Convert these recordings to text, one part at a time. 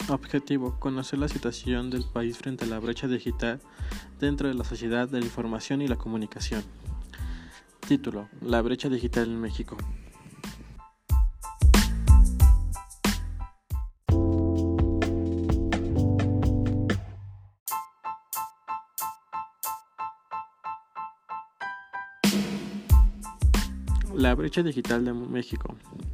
Objetivo: conocer la situación del país frente a la brecha digital dentro de la sociedad de la información y la comunicación. Título: La brecha digital en México. La brecha digital de México.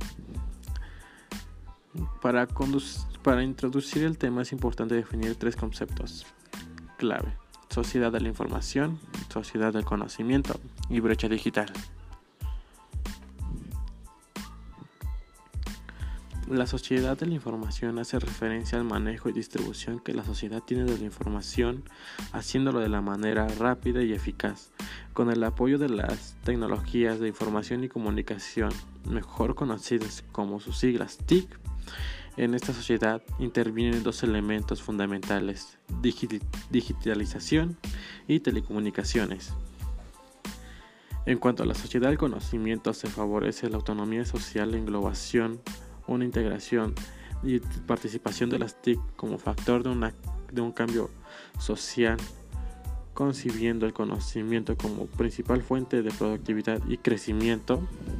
Para introducir el tema es importante definir tres conceptos clave: sociedad de la información, sociedad del conocimiento y brecha digital. La sociedad de la información hace referencia al manejo y distribución que la sociedad tiene de la información, haciéndolo de la manera rápida y eficaz, con el apoyo de las tecnologías de información y comunicación, mejor conocidas como sus siglas TIC. En esta sociedad intervienen dos elementos fundamentales: digitalización y telecomunicaciones. En cuanto a la sociedad del conocimiento, se favorece la autonomía social, la englobación, una integración y participación de las TIC como factor de un cambio social, concibiendo el conocimiento como principal fuente de productividad y crecimiento.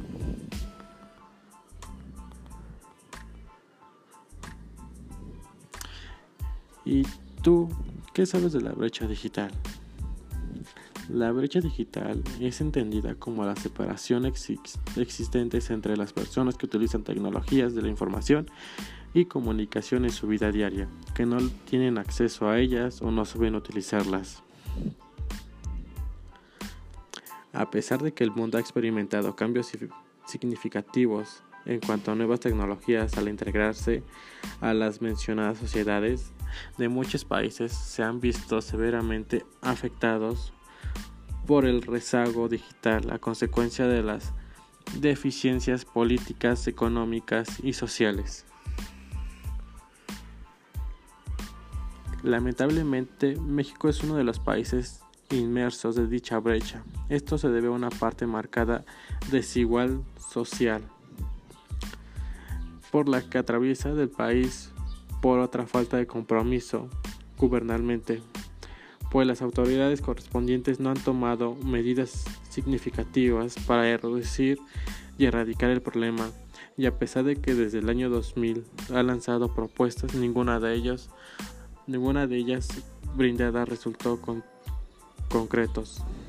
¿Y tú qué sabes de la brecha digital? La brecha digital es entendida como la separación existentes entre las personas que utilizan tecnologías de la información y comunicación en su vida diaria, que no tienen acceso a ellas o no saben utilizarlas. A pesar de que el mundo ha experimentado cambios significativos en cuanto a nuevas tecnologías al integrarse a las mencionadas sociedades, de muchos países se han visto severamente afectados por el rezago digital a consecuencia de las deficiencias políticas, económicas y sociales. Lamentablemente, México es uno de los países inmersos de dicha brecha. Esto se debe a una parte marcada desigual social, por la que atraviesa el país, por otra falta de compromiso gubernamental, pues las autoridades correspondientes no han tomado medidas significativas para reducir y erradicar el problema, y a pesar de que desde el año 2000 ha lanzado propuestas, ninguna de ellas brindada resultó concretos.